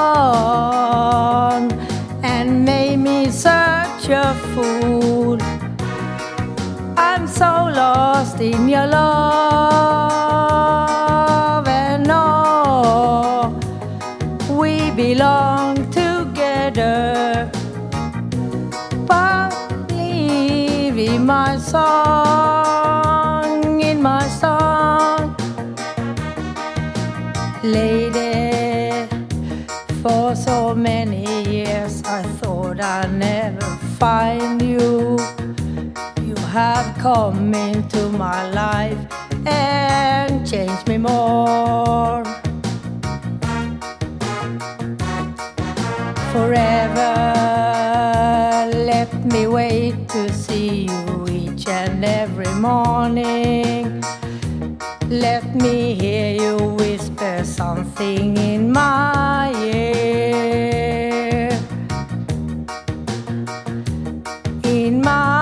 gone and made me such a fool. I'm so lost in your love and all we belong together. In my song, in my song, lady, for so many years I thought I'd never find you. You have come into my life and changed me more. Forever let me wait to see you each and every morning. Let me hear you whisper something in my ear. In my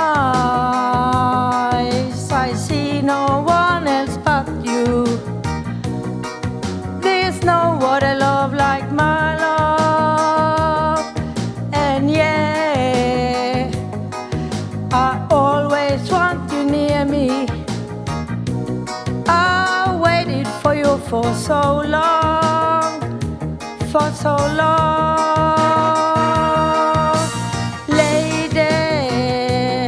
eyes I see no one else but you. There's no other love like my love. And yeah, I always want you near me. I waited for you for so long, for so long. Lady,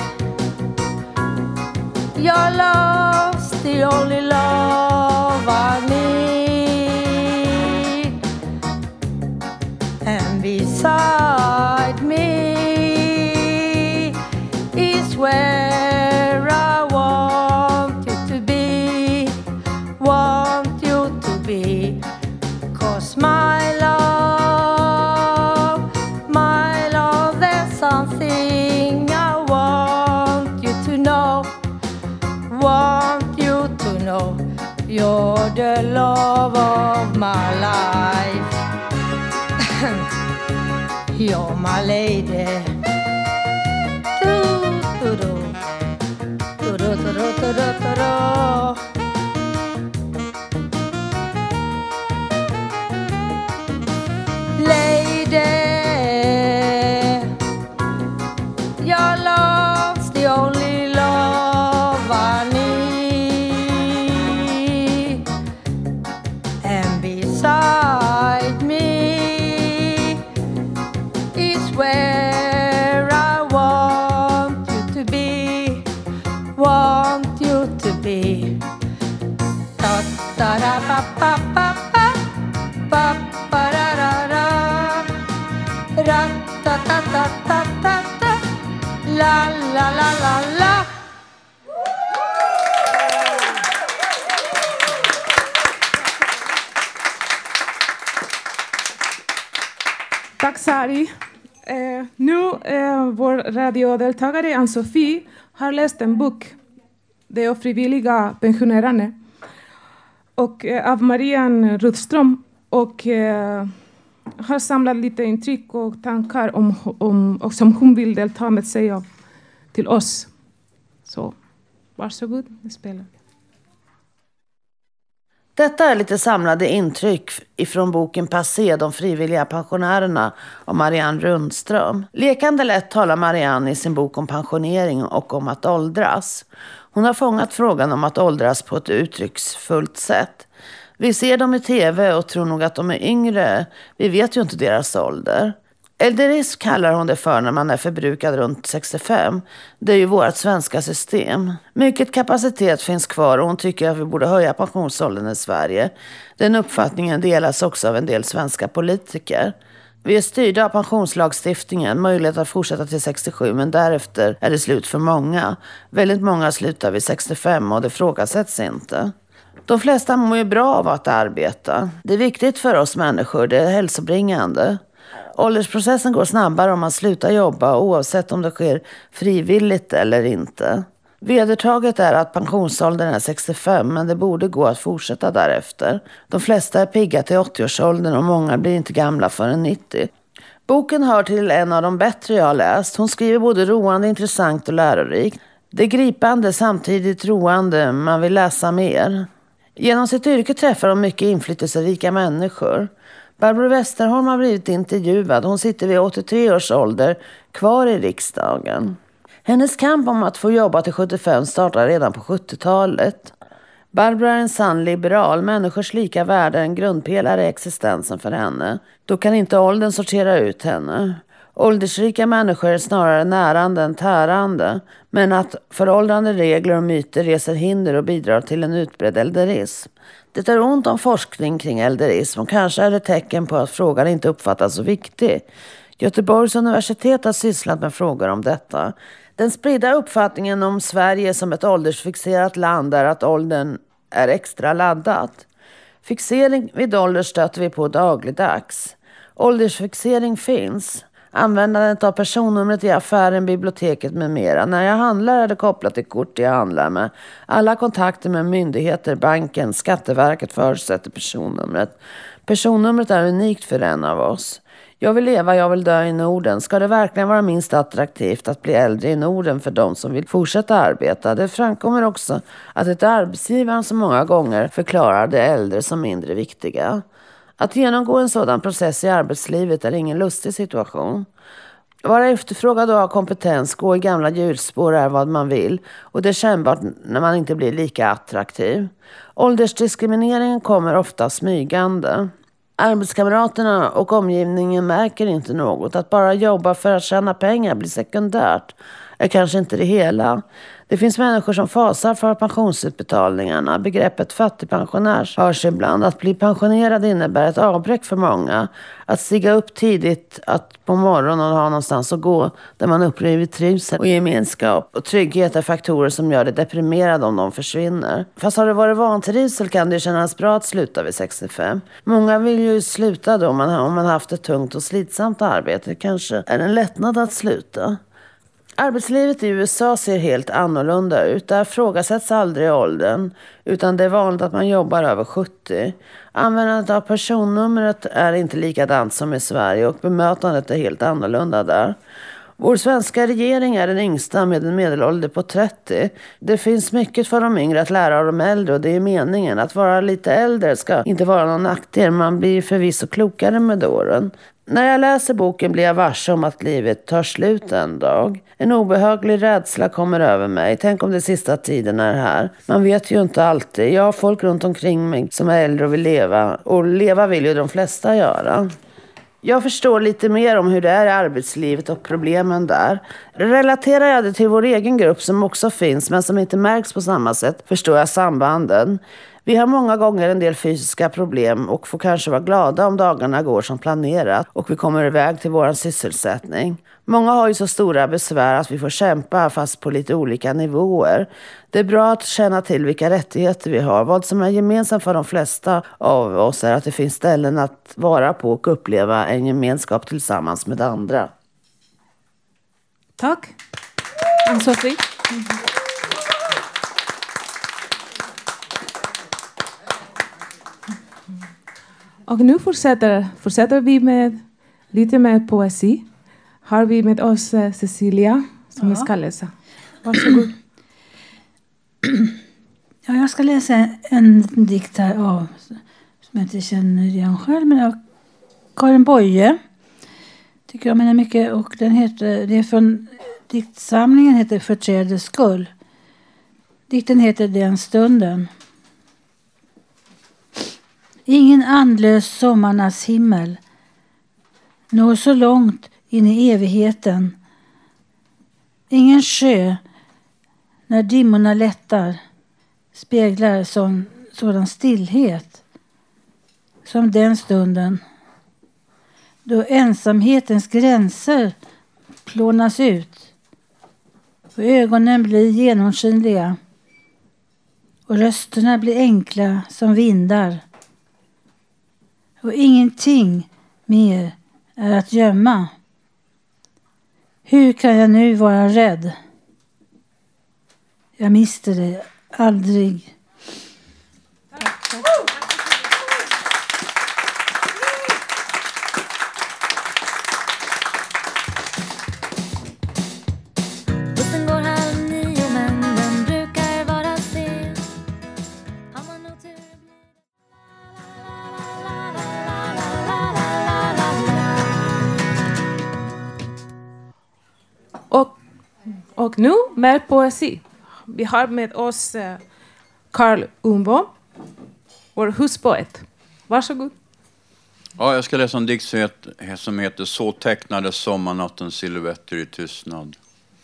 your love's the only love I need. And beside me is where I want you to be, want you to be. 'Cause my love, my love, there's something I want you to know, want you to know. You're the love of my life. You're my lady. Do-do-do. Do-do-do-do-do-do-do. Lady, your love's the only love I need. And beside me is where pa pa pa pa pa pa ra ra ra ra ta ta ta ta ta ta la la la la la. Tack Sari. Eh, nu eh, vår radiodeltagare Ann-Sofie har läst en bok, De ofrivilliga pensionärerna, och eh, av Marianne Rudström, och eh, har samlat lite intryck och tankar om, om, och som hon vill delta med sig av till oss. Så varsågod, spela. Detta är lite samlade intryck ifrån boken Passé, de frivilliga pensionärerna av Marianne Rundström. Lekande lätt talar Marianne i sin bok om pensionering och om att åldras. Hon har fångat frågan om att åldras på ett uttrycksfullt sätt. Vi ser dem i tv och tror nog att de är yngre. Vi vet ju inte deras ålder. Äldrerism kallar hon det för när man är förbrukad runt sextiofem. Det är ju vårt svenska system. Mycket kapacitet finns kvar och hon tycker att vi borde höja pensionsåldern i Sverige. Den uppfattningen delas också av en del svenska politiker. Vi är styrda av pensionslagstiftningen, möjlighet att fortsätta till sextiosju, men därefter är det slut för många. Väldigt många slutar vid sextiofem och det frågasätts inte. De flesta mår ju bra av att arbeta. Det är viktigt för oss människor, det är hälsobringande. Åldersprocessen går snabbare om man slutar jobba, oavsett om det sker frivilligt eller inte. Vedertaget är att pensionsåldern är sextiofem, men det borde gå att fortsätta därefter. De flesta är pigga till åttioårsåldern och många blir inte gamla förrän nittio. Boken hör till en av de bättre jag har läst. Hon skriver både roande, intressant och lärorikt. Det är gripande, samtidigt roande, man vill läsa mer. Genom sitt yrke träffar hon mycket inflytelserika människor. Barbro Westerholm har blivit intervjuad. Hon sitter vid åttiotre års ålder kvar i riksdagen. Hennes kamp om att få jobba till sjuttiofem startar redan på sjuttiotalet. Barbro är en sann liberal. Människors lika värde är en grundpelare i existensen för henne. Då kan inte åldern sortera ut henne. Åldersrika människor är snarare närande än tärande. Men att föråldrande regler och myter reser hinder och bidrar till en utbredd äldrerism. Det är ont om forskning kring äldrerism och kanske är det tecken på att frågan inte uppfattas så viktig. Göteborgs universitet har sysslat med frågor om detta. Den spridda uppfattningen om Sverige som ett åldersfixerat land är att åldern är extra laddat. Fixering vid ålder stöter vi på dagligdags. Åldersfixering finns. Användandet av personnumret i affären, biblioteket med mera. När jag handlar är det kopplat till kort jag handlar med. Alla kontakter med myndigheter, banken, Skatteverket förutsätter personnumret. Personnumret är unikt för en av oss. Jag vill leva, jag vill dö i Norden. Ska det verkligen vara minst attraktivt att bli äldre i Norden för de som vill fortsätta arbeta? Det framkommer också att det är arbetsgivaren som många gånger förklarar de äldre som mindre viktiga. Att genomgå en sådan process i arbetslivet är ingen lustig situation. Vara efterfrågad och ha kompetens, gå i gamla hjulspår är vad man vill. Och det är kännbart när man inte blir lika attraktiv. Åldersdiskrimineringen kommer ofta smygande. Arbetskamraterna och omgivningen märker inte något. Att bara jobba för att tjäna pengar blir sekundärt är kanske inte det hela. Det finns människor som fasar för pensionsutbetalningarna. Begreppet fattigpensionär hörs ibland. Att bli pensionerad innebär ett avbräck för många. Att stiga upp tidigt, att på morgonen ha någonstans att gå där man upplever trivsel och gemenskap och trygghet är faktorer som gör det deprimerande om de försvinner. Fast har det varit vantrivsel kan det kännas bra att sluta vid sextiofem. Många vill ju sluta då om man, om man haft ett tungt och slitsamt arbete. Kanske är det en lättnad att sluta. Arbetslivet i U S A ser helt annorlunda ut. Där frågasätts aldrig åldern, utan det är vanligt att man jobbar över sjuttio. Användandet av personnumret är inte likadant som i Sverige och bemötandet är helt annorlunda där. Vår svenska regering är den yngsta med en medelålder på trettio. Det finns mycket för de yngre att lära av de äldre och det är meningen. Att vara lite äldre ska inte vara någon nackdel, man blir förvisso klokare med åren. När jag läser boken blir jag varse om att livet tar slut en dag. En obehaglig rädsla kommer över mig. Tänk om det sista tiden är här. Man vet ju inte alltid. Jag har folk runt omkring mig som är äldre och vill leva. Och leva vill ju de flesta göra. Jag förstår lite mer om hur det är i arbetslivet och problemen där. Relaterar jag det till vår egen grupp som också finns men som inte märks på samma sätt förstår jag sambanden. Vi har många gånger en del fysiska problem och får kanske vara glada om dagarna går som planerat och vi kommer iväg till vår sysselsättning. Många har ju så stora besvär att vi får kämpa fast på lite olika nivåer. Det är bra att känna till vilka rättigheter vi har. Vad som är gemensamt för de flesta av oss är att det finns ställen att vara på och uppleva en gemenskap tillsammans med andra. Tack. Ann-Sofie. Och nu fortsätter, fortsätter vi med lite mer poesi. Har vi med oss Cecilia som ja. ska läsa. Varsågod. Ja, jag ska läsa en dikt här av, som jag inte känner igen själv, men av Karin Boye. Tycker jag menar mycket, och den heter, det är från diktsamlingen heter Förträders skull. Dikten heter Den stunden. Ingen andlös sommarnas himmel når så långt in i evigheten. Ingen sjö när dimmorna lättar speglar sån, sådan stillhet som den stunden då ensamhetens gränser plånas ut och ögonen blir genomskinliga och rösterna blir enkla som vindar och ingenting mer är att gömma. Hur kan jag nu vara rädd? Jag mister det aldrig. Bussen går halv nio men den brukar vara sen. Har man nog tur Och, och nu mer poesi. Vi har med oss uh, Carl Umbo, vår huspoet. Varsågod. Ja, jag ska läsa en dikt som heter Så tecknade sommarnattens silhuetter i tystnad.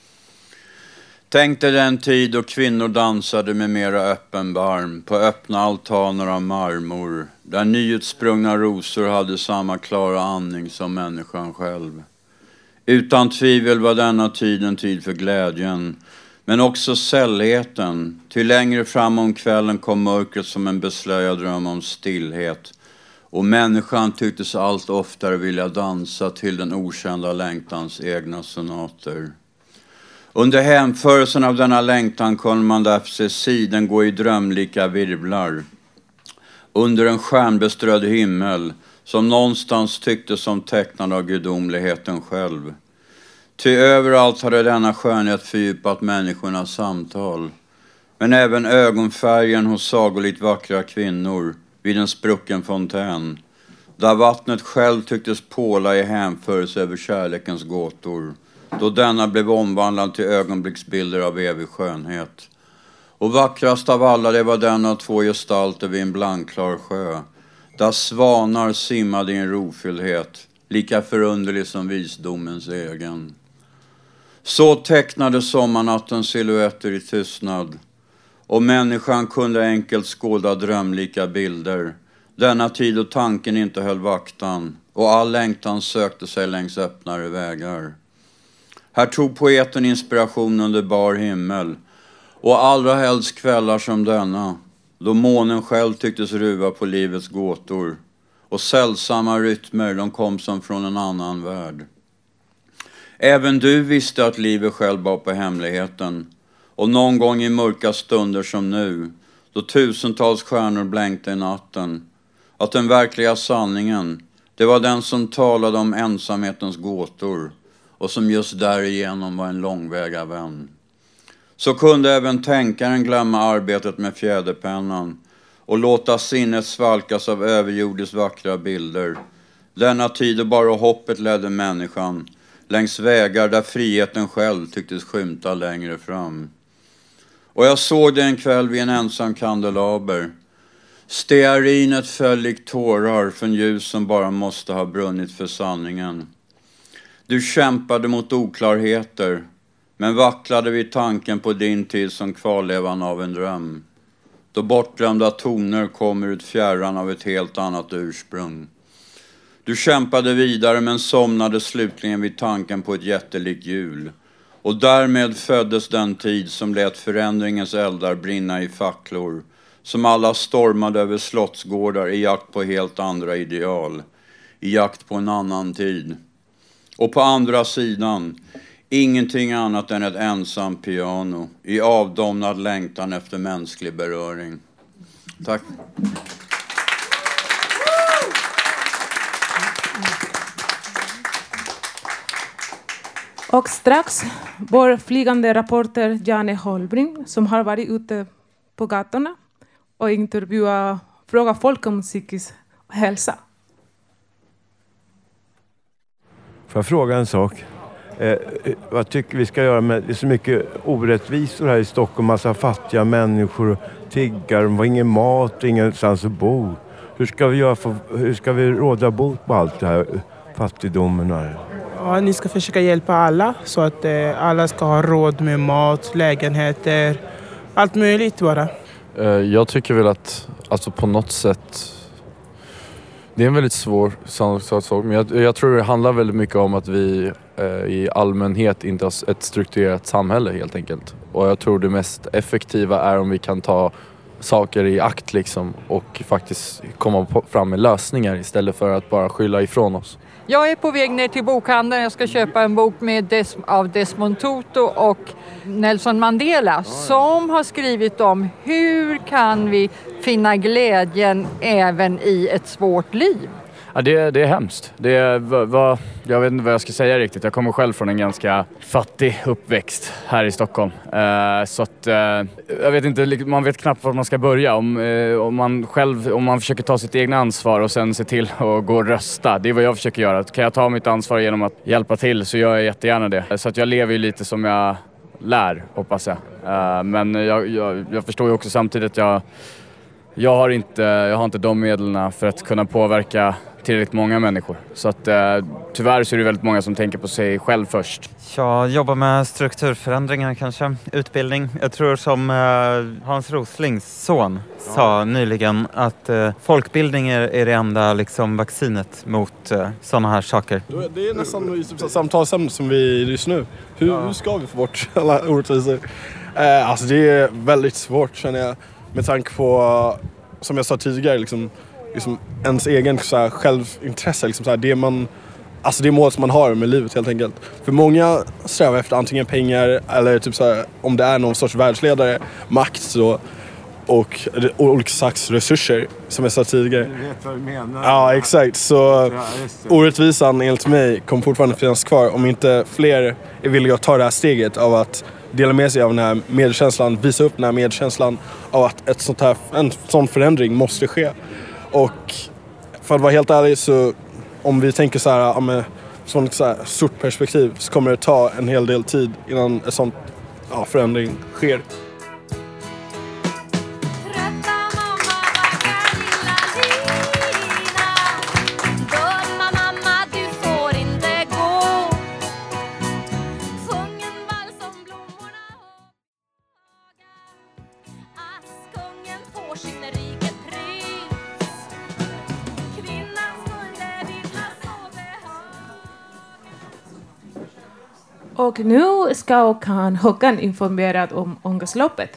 Tänk dig den tid då kvinnor dansade med mera öppen barm på öppna altaner av marmor, där nyutsprungna rosor hade samma klara andning som människan själv. Utan tvivel var denna tid en tid för glädjen, men också sällheten. Till längre fram om kvällen kom mörkret som en beslöjad dröm om stillhet. Och människan tycktes allt oftare vilja dansa till den okända längtans egna sonater. Under hänförelsen av denna längtan kunde man därför se siden gå i drömlika virvlar. Under en stjärnbeströdd himmel som någonstans tycktes som tecknad av gudomligheten själv. Ty överallt hade denna skönhet fördjupat människornas samtal. Men även ögonfärgen hos sagolikt vackra kvinnor vid en sprucken fontän. Där vattnet själv tycktes påla i hänförelse över kärlekens gåtor. Då denna blev omvandlad till ögonblicksbilder av evig skönhet. Och vackrast av alla det var den av två gestalter vid en blankklar sjö. Där svanar simmade i en rofylldhet, lika förunderlig som visdomens egen. Så tecknade sommarnattens silhuetter i tystnad. Och människan kunde enkelt skåda drömlika bilder. Denna tid och tanken inte höll vaktan. Och all längtan sökte sig längs öppnare vägar. Här tog poeten inspiration under bar himmel. Och allra helst kvällar som denna. Då månen själv tycktes ruva på livets gåtor. Och sällsamma rytmer, de kom som från en annan värld. Även du visste att livet själv var på hemligheten. Och någon gång i mörka stunder som nu, då tusentals stjärnor blänkte i natten, att den verkliga sanningen, det var den som talade om ensamhetens gåtor och som just därigenom var en långväga vän. Så kunde även tänkaren glömma arbetet med fjäderpennan och låta sinnet svalkas av överjordiskt vackra bilder. Denna tid då bara hoppet ledde människan längs vägar där friheten själv tycktes skymta längre fram. Och jag såg det en kväll vid en ensam kandelaber. Stearinet föll likt tårar från ljus som bara måste ha brunnit för sanningen. Du kämpade mot oklarheter, men vacklade vid tanken på din tid som kvarlevan av en dröm. då bortglömda toner kommer ut fjärran av ett helt annat ursprung. Du kämpade vidare men somnade slutligen vid tanken på ett jättelikt jul. Och därmed föddes den tid som lät förändringens eldar brinna i facklor, som alla stormade över slottsgårdar i jakt på helt andra ideal, i jakt på en annan tid. Och på andra sidan, ingenting annat än ett ensamt piano, i avdomnad längtan efter mänsklig beröring. Tack. Och strax vår flygande reporter Janne Holbring som har varit ute på gatorna och intervjuat, frågat folk om psykisk hälsa. Får jag fråga en sak? Eh, vad tycker vi ska göra med, det är så mycket orättvisor här i Stockholm, massa fattiga människor, tiggar, de har ingen mat, ingenstans att bo. Hur ska vi göra för, hur ska vi råda bot på allt det här, fattigdomen här? Ja, ni ska försöka hjälpa alla så att eh, alla ska ha råd med mat, lägenheter, allt möjligt bara. Eh, jag tycker väl att alltså på något sätt, det är en väldigt svår sak, men jag, jag tror det handlar väldigt mycket om att vi eh, i allmänhet inte har ett strukturerat samhälle helt enkelt. Och jag tror det mest effektiva är om vi kan ta saker i akt liksom och faktiskt komma på, fram med lösningar istället för att bara skylla ifrån oss. Jag är på väg ner till bokhandeln. Jag ska köpa en bok med Des- av Desmond Tutu och Nelson Mandela som har skrivit om hur kan vi finna glädjen även i ett svårt liv. Ja, det, det är hemskt. Det är, vad, jag vet inte vad jag ska säga riktigt. Jag kommer själv från en ganska fattig uppväxt här i Stockholm. Uh, så att, uh, jag vet inte, man vet knappt var man ska börja. Om, uh, om, man själv, om man försöker ta sitt egna ansvar och sen se till att gå och rösta. Det är vad jag försöker göra. Kan jag ta mitt ansvar genom att hjälpa till så gör jag jättegärna det. Så att jag lever ju lite som jag lär, hoppas jag. Uh, men jag, jag, jag förstår ju också samtidigt att jag, jag, har inte, jag har inte de medlen för att kunna påverka tillräckligt många människor. Så att eh, tyvärr så är det väldigt många som tänker på sig själv först. Jag jobbar med strukturförändringar kanske, utbildning. Jag tror som eh, Hans Roslings son ja. sa nyligen att eh, folkbildning är, är det enda liksom, vaccinet mot eh, sådana här saker. Det är nästan samtalsämne som vi just nu. Hur, ja. hur ska vi få bort alla orättvisor? Eh, alltså det är väldigt svårt känner jag med tanke på, som jag sa tidigare, liksom liksom ens egen så här, självintresse liksom, så här, det man alltså det mål som man har med livet helt enkelt. För många strävar efter antingen pengar eller typ så här, om det är någon sorts världsledare, makt så, och olika slags resurser som jag sa tidigare. Du vet vad du menar. Ja, exakt. Så ja, orättvisan enligt mig kommer fortfarande finnas kvar om inte fler är villiga att ta det här steget av att dela med sig av den här medkänslan, visa upp den här medkänslan av att ett sånt här, en sån förändring måste ske. Och för att vara helt ärlig så om vi tänker så här, ja, med sånt så här stort perspektiv så kommer det ta en hel del tid innan en sån ja, förändring sker. Och nu ska Håkan, Håkan informera om ångestloppet.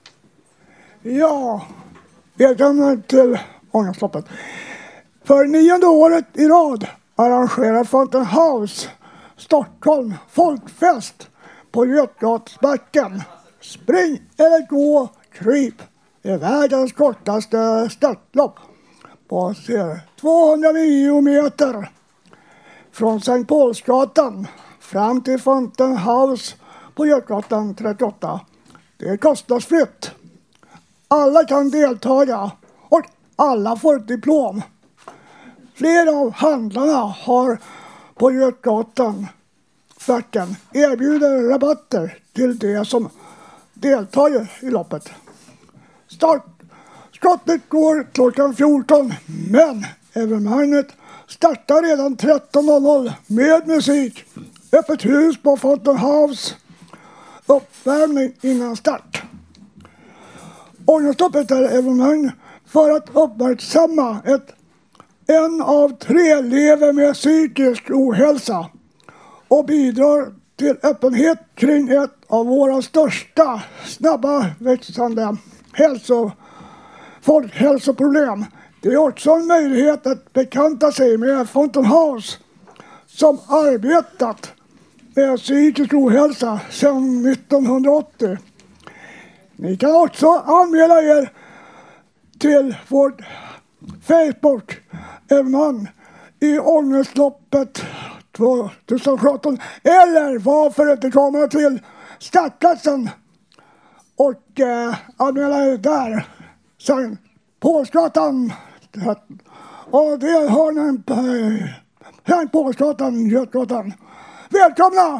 Ja, välkommen till ångestloppet. För nionde året i rad arrangerar Fountain House Stockholm folkfest på Götgatsbacken. Spring eller gå, kryp. Det är världens kortaste störtlopp på tvåhundranio meter från Sankt Paulsgatan fram till Fountain House på Götgatan trettioåtta. Det är kostnadsfritt. Alla kan deltaga och alla får ett diplom. Flera av handlarna har på Götgatan backen erbjuder rabatter till de som deltar i loppet. Startskottet går klockan fjorton, men evenemanget startar redan tretton noll noll med musik. Öppet hus på Fountain House. Uppvärmning innan start. Ångestloppet är evenemang för att uppmärksamma ett en av tre lever med psykisk ohälsa och bidrar till öppenhet kring ett av våra största snabba växande hälso, folkhälsoproblem. Det är också en möjlighet att bekanta sig med Fountain House som arbetat med psykisk ohälsa sedan nittonhundraåttio. Ni kan också anmäla er till vårt Facebook-evenemang i Ångestloppet tjugohundrasjutton eller varför inte komma till startplatsen och eh, anmäla er där. Sen Påsgatan och det har ni eh, här Påsgatan, Götgatan. Välkomna!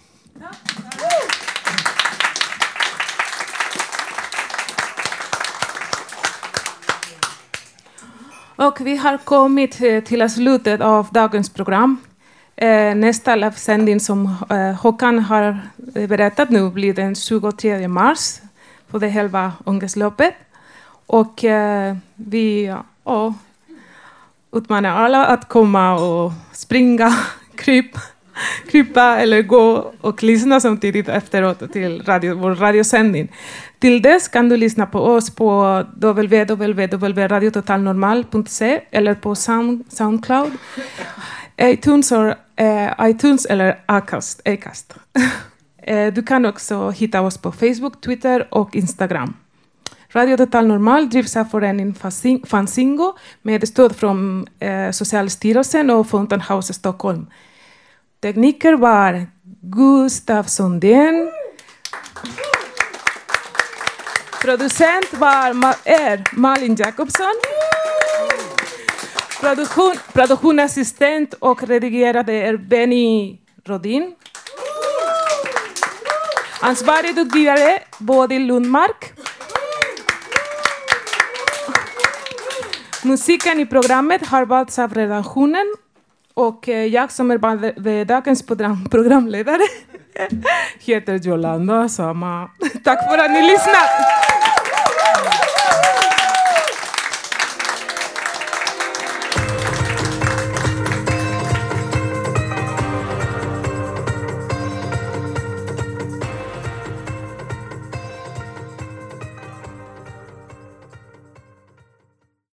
Och vi har kommit eh, till slutet av dagens program. Eh, nästa livesändning som eh, Håkan har berättat nu blir den tjugotredje mars på det halva ångestloppet. Och eh, vi ja, utmanar alla att komma och springa, krypa, krypa eller gå och lyssna samtidigt efteråt till radio, vår radiosändning. Till dess kan du lyssna på oss på w w w punkt radio total normal punkt se eller på Sound, Soundcloud, iTunes, or, eh, iTunes eller Acast. Acast. eh, du kan också hitta oss på Facebook, Twitter och Instagram. Radio Total Normal drivs av föreningen Fanzingo med stöd från eh, Socialstyrelsen och Fountain House Stockholm. Tekniker var Gustav Sondén. Producent var Ma- är Malin Jakobsson. Produktion, produktionassistent och redigerade är Benny Rodin. Ansvarig utgivare Bodil Lundmark. Musiken i programmet har valts av redaktionen och jag som är dagens program, programledare heter Jolanda Sama. Tack för att ni lyssnade!